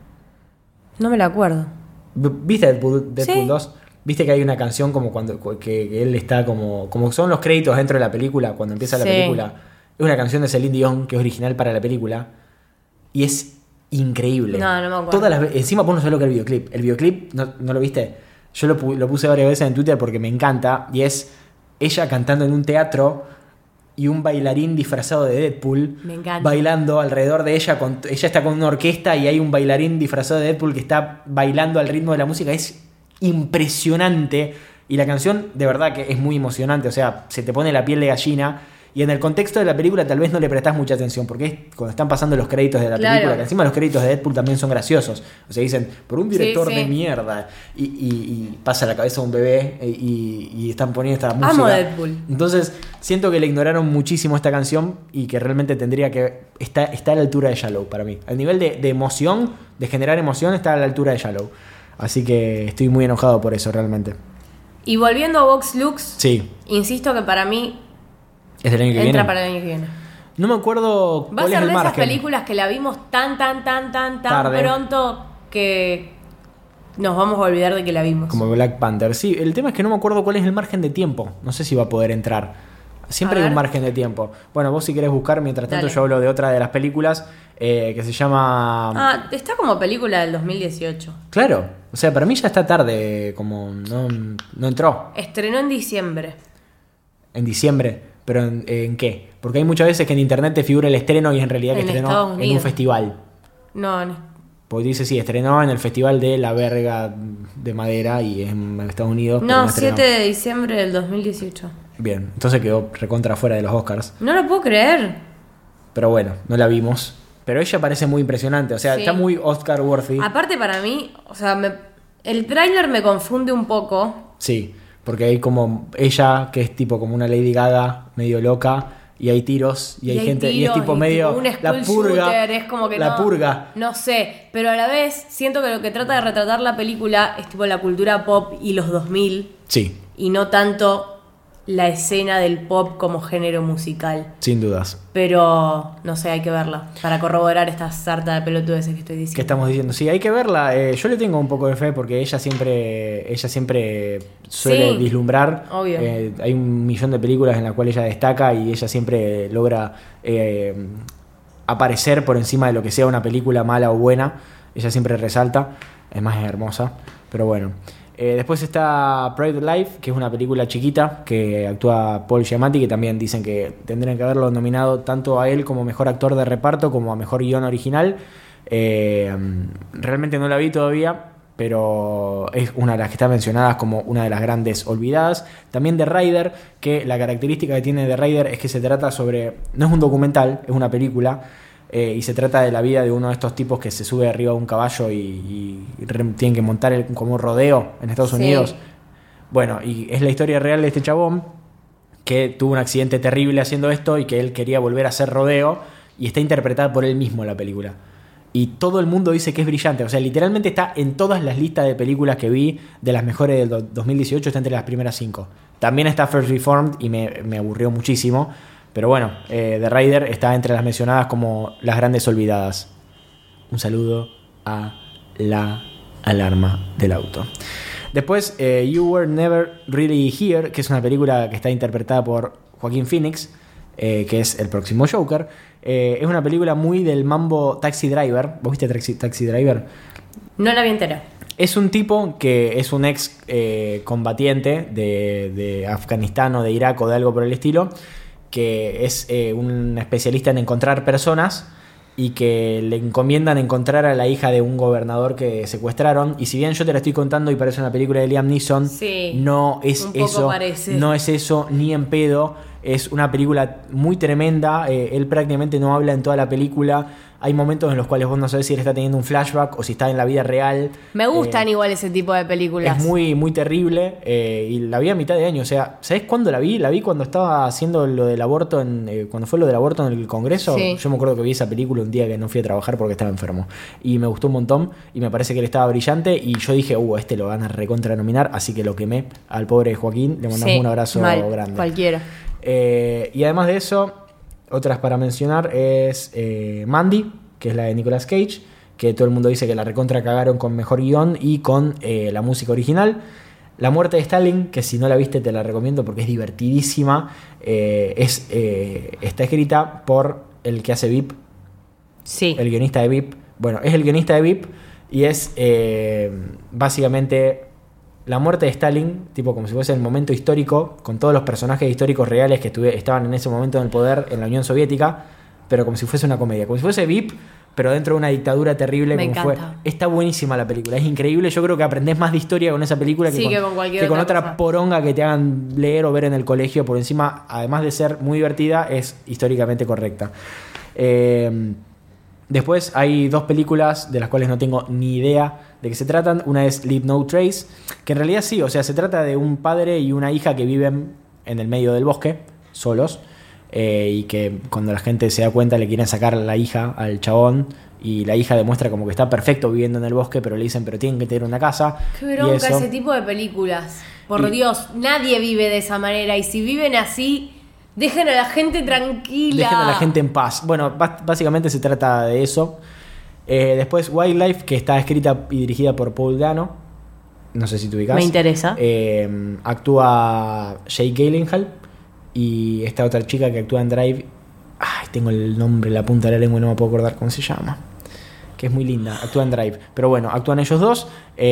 No me la acuerdo. ¿Viste Deadpool ¿Sí? 2? ¿Viste que hay una canción como cuando que él está como son los créditos dentro de la película, cuando empieza la película? Es una canción de Celine Dion que es original para la película y es increíble. No me acuerdo. Encima vos no sabés lo que es el videoclip. El videoclip, ¿no lo viste? Yo lo puse varias veces en Twitter porque me encanta y es ella cantando en un teatro y un bailarín disfrazado de Deadpool bailando alrededor de ella. Ella está con una orquesta y hay un bailarín disfrazado de Deadpool que está bailando al ritmo de la música. Es impresionante y la canción de verdad que es muy emocionante, o sea, se te pone la piel de gallina y en el contexto de la película tal vez no le prestás mucha atención porque es cuando están pasando los créditos de la película, que encima los créditos de Deadpool también son graciosos, o sea, dicen por un director de mierda y pasa la cabeza a un bebé y están poniendo esta música. Amo Deadpool. Entonces siento que le ignoraron muchísimo esta canción y que realmente tendría que está a la altura de Shallow para mí, al nivel de emoción, de generar emoción, está a la altura de Shallow. Así que estoy muy enojado por eso, realmente. Y volviendo a Vox Lux, sí, insisto que para mí es del año que entra para el año que viene. No me acuerdo cuál es el margen. Va a ser de esas películas que la vimos tan pronto que nos vamos a olvidar de que la vimos. Como Black Panther. Sí, el tema es que no me acuerdo cuál es el margen de tiempo. No sé si va a poder entrar. Siempre hay un margen de tiempo. Bueno, vos si querés buscar, mientras tanto yo hablo de otra de las películas que se llama... está como película del 2018. Claro, o sea, para mí ya está tarde, como no entró. Estrenó en diciembre. ¿En diciembre? ¿Pero en qué? Porque hay muchas veces que en internet te figura el estreno y en realidad que estrenó en un festival. No. Pues dice, sí, estrenó en el festival de La Verga de Madera y en Estados Unidos. No, 7 de diciembre del 2018. Bien, entonces quedó recontra fuera de los Oscars. No lo puedo creer. Pero bueno, no la vimos. Pero ella parece muy impresionante, o sea, está muy Oscar worthy. Aparte para mí, o sea, el tráiler me confunde un poco. Sí, porque hay como ella, que es tipo como una Lady Gaga, medio loca, y hay tiros, y hay gente, y es tipo medio un la purga. Shooter, es como que purga. No sé, pero a la vez siento que lo que trata de retratar la película es tipo la cultura pop y los 2000. Sí. Y no tanto la escena del pop como género musical. Sin dudas. Pero, no sé, hay que verla para corroborar esta sarta de pelotudeces que estoy diciendo. ¿Qué estamos diciendo? Sí, hay que verla. Yo le tengo un poco de fe porque ella siempre suele vislumbrar. Obvio. Hay 1.000.000 de películas en las cuales ella destaca y ella siempre logra aparecer por encima de lo que sea una película mala o buena. Ella siempre resalta. Es más, es hermosa. Pero bueno. Después está Private Life, que es una película chiquita que actúa Paul Giamatti, que también dicen que tendrían que haberlo nominado tanto a él como mejor actor de reparto como a mejor guión original. Realmente no la vi todavía, pero es una de las que está mencionadas como una de las grandes olvidadas. También The Rider, que la característica que tiene The Rider es que se trata sobre... No es un documental, es una película. Y se trata de la vida de uno de estos tipos que se sube arriba de un caballo y tienen que montar como un rodeo en Estados Unidos. Bueno, y es la historia real de este chabón que tuvo un accidente terrible haciendo esto y que él quería volver a hacer rodeo, y está interpretada por él mismo la película. Y todo el mundo dice que es brillante. O sea, literalmente está en todas las listas de películas que vi de las mejores del 2018, está entre las primeras 5. También está First Reformed y me aburrió muchísimo. Pero bueno, The Rider está entre las mencionadas como las grandes olvidadas. Un saludo a la alarma del auto. Después, You Were Never Really Here, que es una película que está interpretada por Joaquín Phoenix, que es el próximo Joker. Es una película muy del mambo Taxi Driver. ¿Vos viste Taxi Driver? No la vi entera. Es un tipo que es un ex combatiente de Afganistán o de Irak o de algo por el estilo, que es un especialista en encontrar personas y que le encomiendan encontrar a la hija de un gobernador que secuestraron. Y si bien yo te la estoy contando y parece una película de Liam Neeson, sí, no es un poco eso, parece. no es eso ni en pedo. Es una película muy tremenda. Él prácticamente no habla en toda la película. Hay momentos en los cuales vos no sabés si él está teniendo un flashback o si está en la vida real. Me gustan igual ese tipo de películas. Es muy, muy terrible. Y la vi a mitad de año. O sea, ¿sabés cuándo la vi? La vi cuando estaba haciendo lo del aborto, cuando fue lo del aborto en el Congreso. Sí. Yo me acuerdo que vi esa película un día que no fui a trabajar porque estaba enfermo. Y me gustó un montón. Y me parece que él estaba brillante. Y yo dije, este lo van a recontranominar. Así que lo quemé al pobre Joaquín. Le mandamos un abrazo grande. Cualquiera. Y además de eso, otras para mencionar es Mandy, que es la de Nicolas Cage, que todo el mundo dice que la recontra cagaron con mejor guión y con la música original. La muerte de Stalin, que si no la viste te la recomiendo porque es divertidísima. Está escrita por el que hace VIP, sí, el guionista de VIP. Bueno, es el guionista de VIP y es básicamente la muerte de Stalin, tipo como si fuese el momento histórico, con todos los personajes históricos reales que estaban en ese momento en el poder en la Unión Soviética, pero como si fuese una comedia, como si fuese VIP, pero dentro de una dictadura terrible. Me como encanta. fue. Está buenísima la película, es increíble. Yo creo que aprendés más de historia con esa película sí, que con otra cosa. Poronga que te hagan leer o ver en el colegio. Por encima, además de ser muy divertida, es históricamente correcta. Después hay dos películas de las cuales no tengo ni idea de qué se tratan. Una es Leave No Trace, que en realidad sí, o sea, se trata de un padre y una hija que viven en el medio del bosque, solos, y que cuando la gente se da cuenta le quieren sacar a la hija al chabón, y la hija demuestra como que está perfecto viviendo en el bosque, pero le dicen, pero tienen que tener una casa. Qué bronca y eso. ese tipo de películas. Por Dios, nadie vive de esa manera, y si viven así, dejen a la gente tranquila. Dejen a la gente en paz. Bueno, básicamente se trata de eso. Después Wildlife, que está escrita y dirigida por Paul Dano. No sé si te ubicás. Me interesa. Actúa Jake Gyllenhaal y esta otra chica que actúa en Drive. Ay, tengo el nombre en la punta de la lengua y no me puedo acordar cómo se llama. Que es muy linda, actúa en Drive. Pero bueno, actúan ellos dos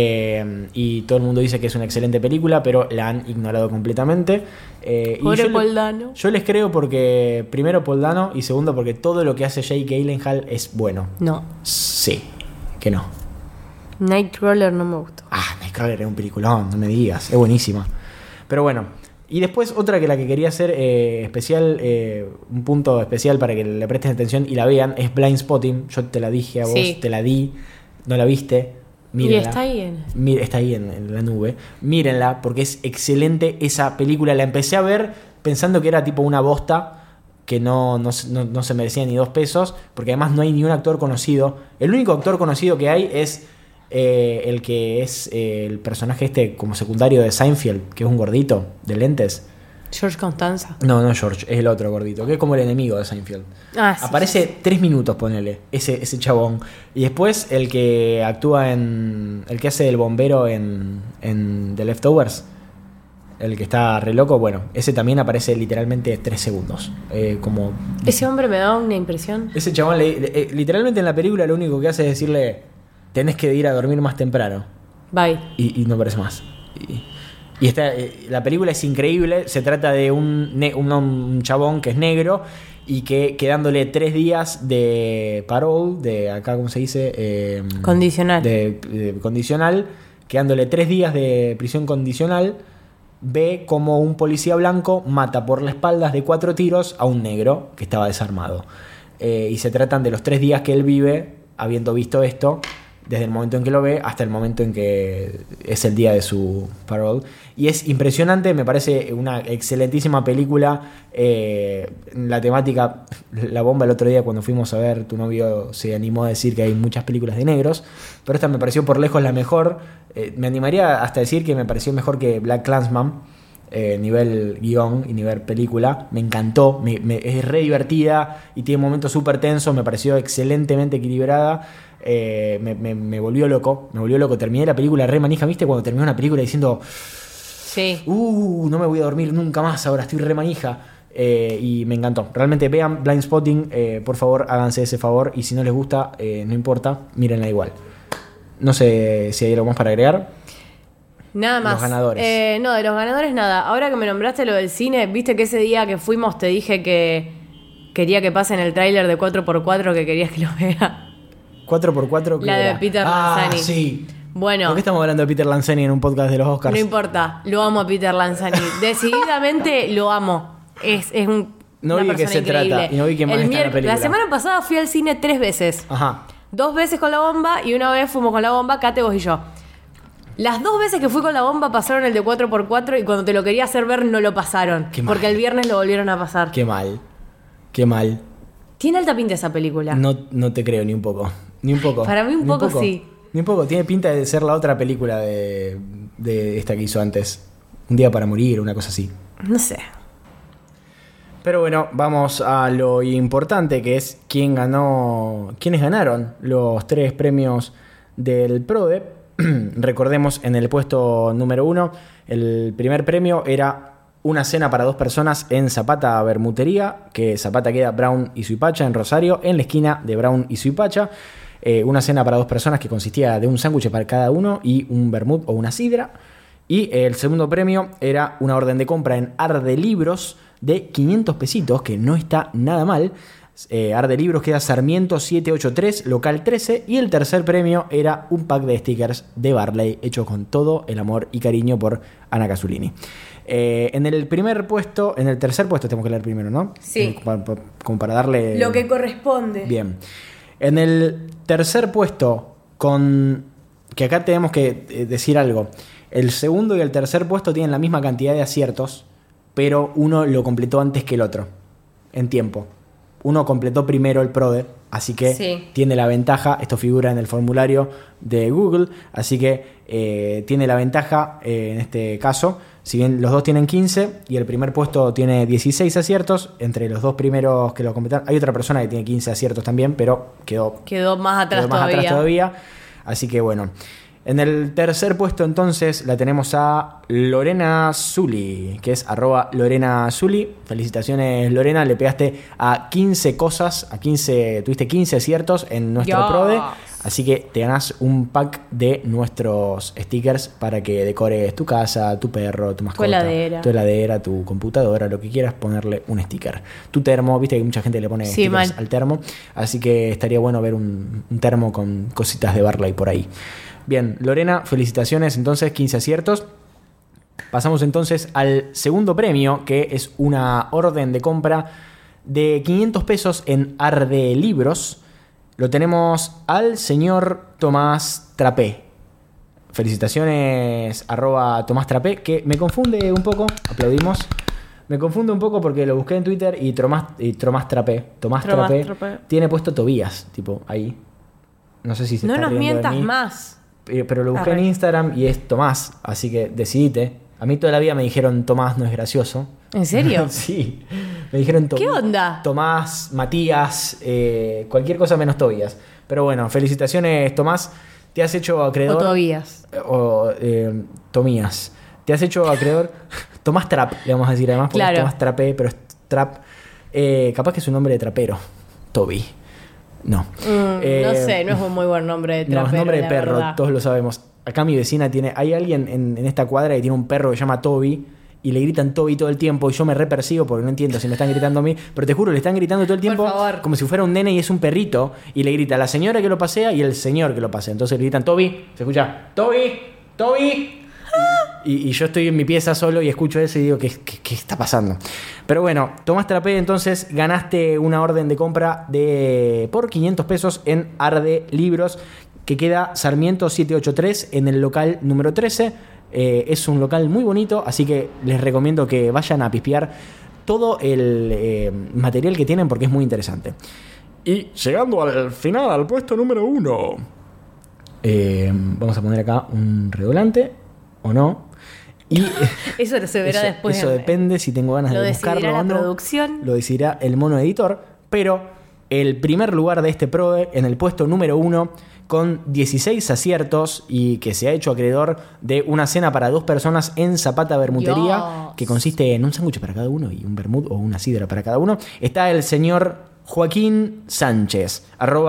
y todo el mundo dice que es una excelente película, pero la han ignorado completamente. Pobre Paul Dano. Yo les creo porque, primero, Paul Dano, y segundo, porque todo lo que hace Jake Gyllenhaal es bueno. No. Sí, que no. Nightcrawler no me gustó. Nightcrawler es un peliculón, no me digas, es buenísima. Pero bueno. Y después otra que la que quería hacer especial, un punto especial para que le presten atención y la vean, es Blindspotting. Yo te la dije a vos, sí. Te la di, no la viste. Mírenla. Y está ahí Está ahí en la nube. Mírenla porque es excelente esa película. La empecé a ver pensando que era tipo una bosta, que no se merecía ni 2 pesos, porque además no hay ni un actor conocido. El único actor conocido que hay es el que es el personaje este como secundario de Seinfeld, que es un gordito de lentes. George Constanza. No George, es el otro gordito, que es como el enemigo de Seinfeld. Sí, aparece 3 minutos, ponele, ese chabón. Y después el que actúa el que hace el bombero en The Leftovers, el que está re loco, bueno, ese también aparece literalmente 3 segundos. Ese hombre me da una impresión. Ese chabón literalmente en la película lo único que hace es decirle: tenés que ir a dormir más temprano. Bye. Y no aparece más. Y la película es increíble. Se trata de un chabón que es negro y que quedándole 3 días de parole, de acá, ¿cómo se dice? Condicional. De condicional. Quedándole 3 días de prisión condicional, ve como un policía blanco mata por la espalda de 4 tiros a un negro que estaba desarmado. Y se tratan de los 3 días que él vive, habiendo visto esto, desde el momento en que lo ve hasta el momento en que es el día de su parole. Y es impresionante, me parece una excelentísima película. La temática, la bomba el otro día cuando fuimos a ver, tu novio se animó a decir que hay muchas películas de negros, pero esta me pareció por lejos la mejor. Me animaría hasta decir que me pareció mejor que BlacKkKlansman, nivel guión y nivel película. Me encantó, es re divertida y tiene momentos súper tensos, me pareció excelentemente equilibrada. Me volvió loco, terminé la película re manija, ¿viste? Cuando terminé una película diciendo, sí, no me voy a dormir nunca más, ahora estoy re manija. Y me encantó, realmente vean Blindspotting, por favor háganse ese favor, y si no les gusta, no importa, mírenla igual. No sé si hay algo más para agregar. Nada más. Los ganadores. No, de los ganadores nada. Ahora que me nombraste lo del cine, viste que ese día que fuimos te dije que quería que pase en el tráiler de 4x4, que querías que lo vea. 4x4, La de Peter Lanzani. Sí. Bueno. ¿Por qué estamos hablando de Peter Lanzani en un podcast de los Oscars? No importa, lo amo a Peter Lanzani. Decididamente lo amo. Es no una vi de qué se increíble. trata y no vi quién más está en la película. La semana pasada fui al cine 3 veces. Ajá. 2 veces con la bomba y una vez fuimos con la bomba, Kate, vos y yo. Las 2 veces que fui con la bomba pasaron el de 4x4 y cuando te lo quería hacer ver no lo pasaron. Qué mal. Porque el viernes lo volvieron a pasar. Qué mal. Tiene alta pinta esa película. No te creo ni un poco. Para mí un poco sí. Ni un poco. Tiene pinta de ser la otra película de esta que hizo antes. Un día para morir, una cosa así. No sé. Pero bueno, vamos a lo importante, que es quiénes ganaron los 3 premios del PRODE. Recordemos, en el puesto número 1, el primer premio era una cena para 2 personas en Zapata Bermutería, que Zapata queda Brown y Suipacha en Rosario, en la esquina de Brown y Suipacha. Una cena para 2 personas que consistía de un sándwich para cada uno y un vermut o una sidra. Y el segundo premio era una orden de compra en Arde Libros de 500 pesitos, que no está nada mal. Arde Libros queda Sarmiento 783, local 13. Y el tercer premio era un pack de stickers de Barley, hecho con todo el amor y cariño por Ana Casulini. En el tercer puesto tenemos que leer primero, ¿no? Sí. Como para darle lo que corresponde. Bien. En el tercer puesto, que acá tenemos que decir algo. El segundo y el tercer puesto tienen la misma cantidad de aciertos, pero uno lo completó antes que el otro, en tiempo. Uno completó primero el PRODE, así que tiene la ventaja. Esto figura en el formulario de Google, así que tiene la ventaja en este caso. Si bien los dos tienen 15 y el primer puesto tiene 16 aciertos, entre los 2 primeros que lo completaron, hay otra persona que tiene 15 aciertos también, pero quedó más atrás todavía. Así que bueno. En el tercer puesto entonces la tenemos a Lorena Zully, que es @Lorena Zully. Felicitaciones, Lorena, le pegaste a 15 cosas, tuviste 15 aciertos en nuestro PRODE, así que te ganás un pack de nuestros stickers para que decores tu casa, tu perro, tu mascota, tu heladera, tu computadora, lo que quieras ponerle un sticker. Tu termo, viste que mucha gente le pone stickers al termo, así que estaría bueno ver un termo con cositas de Barley por ahí. Bien, Lorena, felicitaciones, entonces 15 aciertos. Pasamos entonces al segundo premio, que es una orden de compra de 500 pesos en Arde Libros. Lo tenemos al señor Tomás Trapé. Felicitaciones, @Tomás Trapé, que me confunde un poco, aplaudimos. Me confunde un poco porque lo busqué en Twitter y Tomás Trapé tiene puesto Tobías, tipo ahí. No sé si se no está nos riendo mientas de mí. más. Pero lo busqué en Instagram y es Tomás, así que decidite. A mí toda la vida me dijeron Tomás no es gracioso. ¿En serio? Sí. Me dijeron ¿Qué onda? Tomás, Matías, cualquier cosa menos Tobías. Pero bueno, felicitaciones, Tomás. Te has hecho acreedor. O Tobías. Tomías. Te has hecho acreedor. Tomás Trap, le vamos a decir además, porque claro. Es Tomás Trapé, pero es Trap. Capaz que es un nombre de trapero. Toby. No. No sé, no es un muy buen nombre de trapero. No, es nombre de perro, verdad. todos lo sabemos. Acá mi vecina hay alguien en esta cuadra que tiene un perro que se llama Toby y le gritan Toby todo el tiempo y yo me repersigo porque no entiendo si me están gritando a mí, pero te juro, le están gritando todo el tiempo como si fuera un nene y es un perrito y le grita a la señora que lo pasea y el señor que lo pasea. Entonces le gritan Toby, se escucha Toby. Y yo estoy en mi pieza solo y escucho eso y digo, ¿qué está pasando? Pero bueno, Tomás Trapé, entonces ganaste una orden de compra por 500 pesos en Arde Libros. que queda Sarmiento 783 en el local número 13. Es un local muy bonito, así que les recomiendo que vayan a pispear todo el material que tienen porque es muy interesante. Y llegando al final, al puesto número 1, vamos a poner acá un redolante o no. Y eso se verá después. Eso depende si tengo ganas de buscarlo o no. La producción. Lo decidirá el mono editor. Pero el primer lugar de este PRODE, en el puesto número 1, con 16 aciertos y que se ha hecho acreedor de una cena para 2 personas en Zapata Bermutería, Dios. que consiste en un sándwich para cada uno y un vermut o una sidra para cada uno, está el señor Joaquín Sánchez,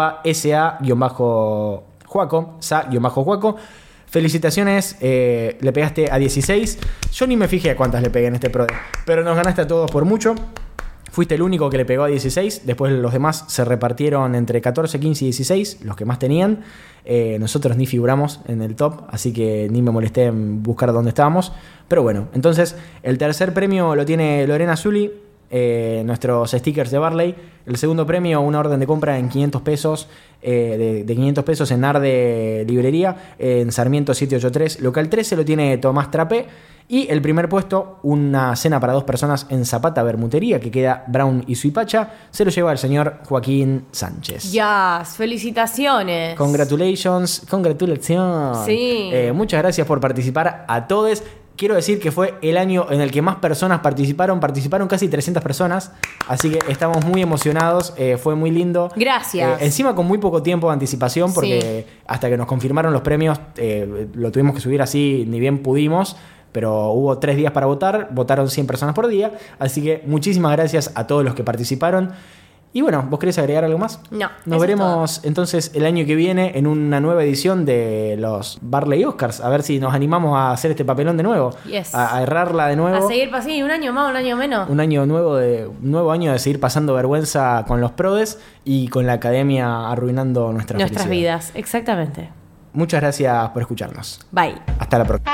@sa_juaco, sa_juaco. Felicitaciones, le pegaste a 16. Yo ni me fijé a cuántas le pegué en este PRODE, pero nos ganaste a todos por mucho. Fuiste el único que le pegó a 16. Después los demás se repartieron entre 14, 15 y 16, los que más tenían. Nosotros ni figuramos en el top, así que ni me molesté en buscar dónde estábamos. Pero bueno, entonces el tercer premio lo tiene Lorena Zully, nuestros stickers de Barley. El segundo premio, una orden de compra en 500 pesos, de 500 pesos en Arde Librería, en Sarmiento 783, local 13, lo tiene Tomás Trapé. Y el primer puesto, una cena para 2 personas en Zapata Bermutería, que queda Brown y Suipacha, se lo lleva el señor Joaquín Sánchez. Yes, felicitaciones. Congratulations. Sí. Muchas gracias por participar a todos. Quiero decir que fue el año en el que más personas participaron casi 300 personas, así que estamos muy emocionados, fue muy lindo. Gracias. Encima con muy poco tiempo de anticipación, porque hasta que nos confirmaron los premios lo tuvimos que subir así, ni bien pudimos. Pero hubo 3 días para votar, votaron 100 personas por día, así que muchísimas gracias a todos los que participaron. Y bueno, ¿vos querés agregar algo más? No. Nos veremos entonces el año que viene en una nueva edición de los Barley Oscars, a ver si nos animamos a hacer este papelón de nuevo, Yes. a errarla de nuevo. A seguir pasando, un año más, un año menos. Un nuevo año de seguir pasando vergüenza con los prodes y con la academia arruinando nuestras Nuestras vidas, exactamente. Muchas gracias por escucharnos. Bye. Hasta la próxima.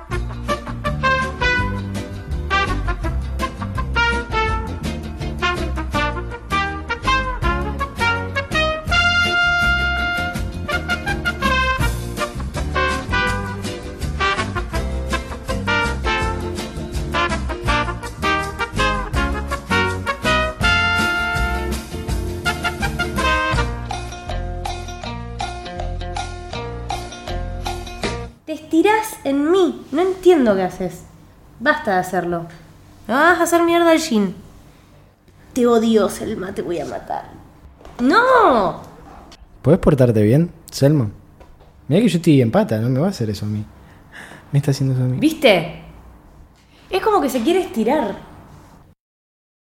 Te estirás en mí. No entiendo qué haces. Basta de hacerlo. Me vas a hacer mierda al Jin. Te odio, Selma. Te voy a matar. ¡No! ¿Puedes portarte bien, Selma? Mirá que yo estoy en pata, no me va a hacer eso a mí. Me está haciendo eso a mí. ¿Viste? Es como que se quiere estirar.